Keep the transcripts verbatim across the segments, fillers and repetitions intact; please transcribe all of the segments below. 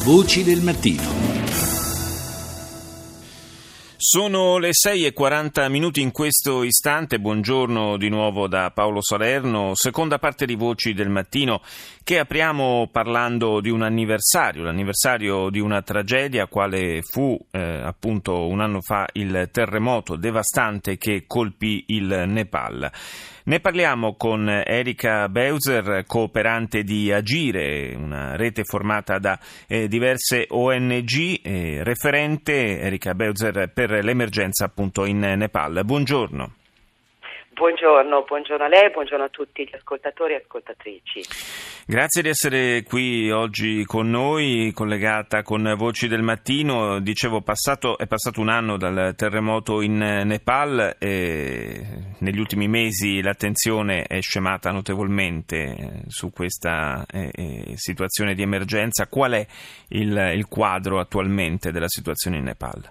Voci del mattino. Sono le sei e quaranta minuti in questo istante. Buongiorno di nuovo da Paolo Salerno. Seconda parte di Voci del Mattino, che apriamo parlando di un anniversario, l'anniversario di una tragedia, quale fu eh, appunto un anno fa il terremoto devastante che colpì il Nepal. Ne parliamo con Erika Beuser, cooperante di Agire, una rete formata da eh, diverse O N G, eh, referente Erika Beuser per l'emergenza appunto in Nepal. Buongiorno. Buongiorno, buongiorno a lei, buongiorno a tutti gli ascoltatori e ascoltatrici. Grazie di essere qui oggi con noi, collegata con Voci del Mattino. Dicevo, passato, è passato un anno dal terremoto in Nepal e negli ultimi mesi l'attenzione è scemata notevolmente su questa eh, situazione di emergenza. Qual è il, il quadro attualmente della situazione in Nepal?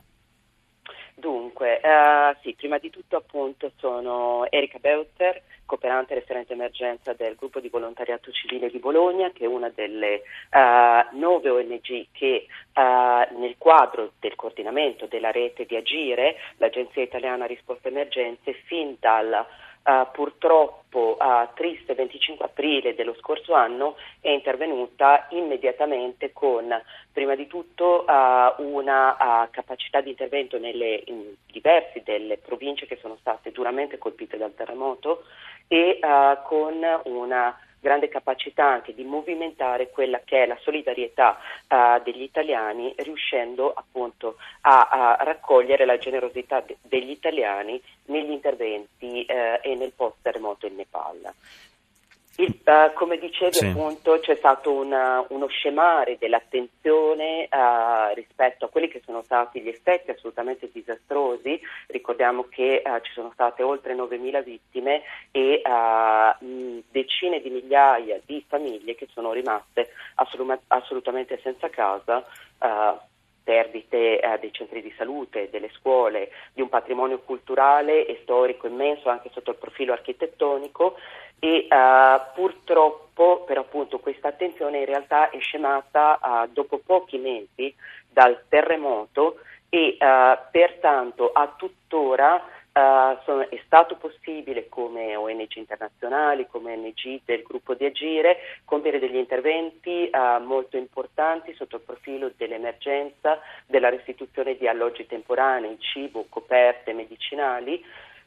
Dunque, uh, sì, prima di tutto appunto sono Erika Beuser, cooperante referente emergenza del gruppo di volontariato civile di Bologna, che è una delle uh, nove O N G che uh, nel quadro del coordinamento della rete di Agire, l'Agenzia Italiana Risposta Emergenze, fin dal Uh, purtroppo uh, triste venticinque aprile dello scorso anno è intervenuta immediatamente con prima di tutto uh, una uh, capacità di intervento nelle in diverse delle province che sono state duramente colpite dal terremoto e uh, con una grande capacità anche di movimentare quella che è la solidarietà uh, degli italiani, riuscendo appunto a, a raccogliere la generosità de- degli italiani negli interventi uh, e nel post terremoto in Nepal. Il, uh, come dicevi sì. appunto c'è stato una, uno scemare dell'attenzione uh, rispetto a quelli che sono stati gli effetti assolutamente disastrosi. Ricordiamo che uh, ci sono state oltre novemila vittime e uh, mh, decine di migliaia di famiglie che sono rimaste assolut- assolutamente senza casa, uh, perdite eh, dei centri di salute, delle scuole, di un patrimonio culturale e storico immenso anche sotto il profilo architettonico e uh, purtroppo per appunto questa attenzione in realtà è scemata uh, dopo pochi mesi dal terremoto e uh, pertanto a tuttora Uh, sono, è stato possibile come O N G internazionali, come O N G del gruppo di Agire, compiere degli interventi uh, molto importanti sotto il profilo dell'emergenza, della restituzione di alloggi temporanei, cibo, coperte, medicinali,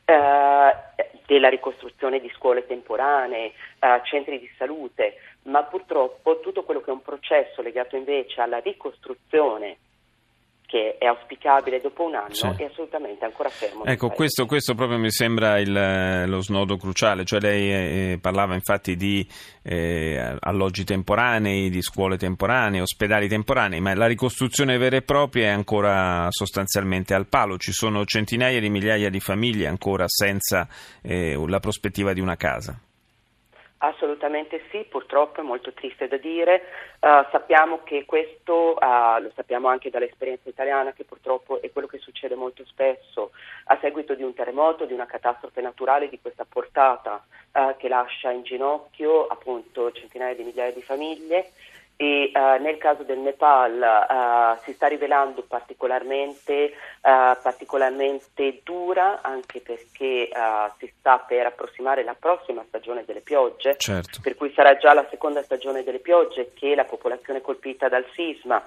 uh, della ricostruzione di scuole temporanee, uh, centri di salute, ma purtroppo tutto quello che è un processo legato invece alla ricostruzione che è auspicabile dopo un anno, sì. è assolutamente ancora fermo. Ecco, questo, questo proprio mi sembra il, lo snodo cruciale, cioè lei eh, parlava infatti di eh, alloggi temporanei, di scuole temporanee, ospedali temporanei, ma la ricostruzione vera e propria è ancora sostanzialmente al palo. Ci sono centinaia di migliaia di famiglie ancora senza eh, la prospettiva di una casa. Assolutamente sì, purtroppo è molto triste da dire, uh, sappiamo che questo, uh, lo sappiamo anche dall'esperienza italiana, che purtroppo è quello che succede molto spesso a seguito di un terremoto, di una catastrofe naturale di questa portata uh, che lascia in ginocchio appunto centinaia di migliaia di famiglie. E uh, nel caso del Nepal uh, si sta rivelando particolarmente, uh, particolarmente dura, anche perché uh, si sta per approssimare la prossima stagione delle piogge, certo. per cui sarà già la seconda stagione delle piogge che la popolazione colpita dal sisma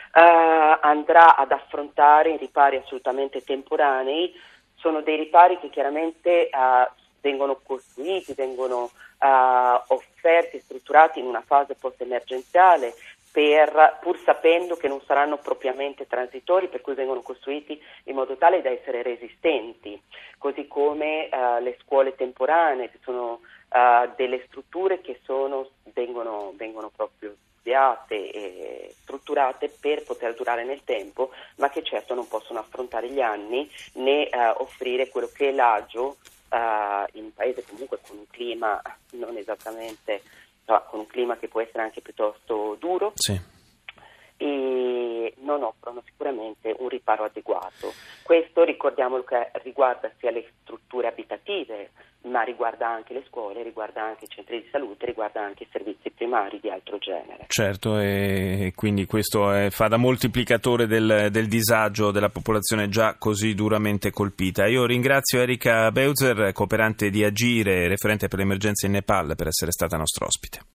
uh, andrà ad affrontare in ripari assolutamente temporanei. Sono dei ripari che chiaramente uh, vengono costruiti, vengono Uh, offerti e strutturati in una fase post-emergenziale per, pur sapendo che non saranno propriamente transitori, per cui vengono costruiti in modo tale da essere resistenti, così come uh, le scuole temporanee, che sono uh, delle strutture che sono, vengono, vengono proprio studiate e strutturate per poter durare nel tempo, ma che certo non possono affrontare gli anni né uh, offrire quello che è l'agio Uh, in un paese comunque con un clima non esattamente, no, con un clima che può essere anche piuttosto duro, sì. e non offrono sicuramente un riparo adeguato. Questo, ricordiamolo, che riguarda sia le strutture abitative, ma riguarda anche le scuole, riguarda anche i centri di salute, riguarda anche i servizi primari di altro genere. Certo, e quindi questo è, fa da moltiplicatore del, del disagio della popolazione già così duramente colpita. Io ringrazio Erika Beutzer, cooperante di Agire, referente per le emergenze in Nepal, per essere stata nostra ospite.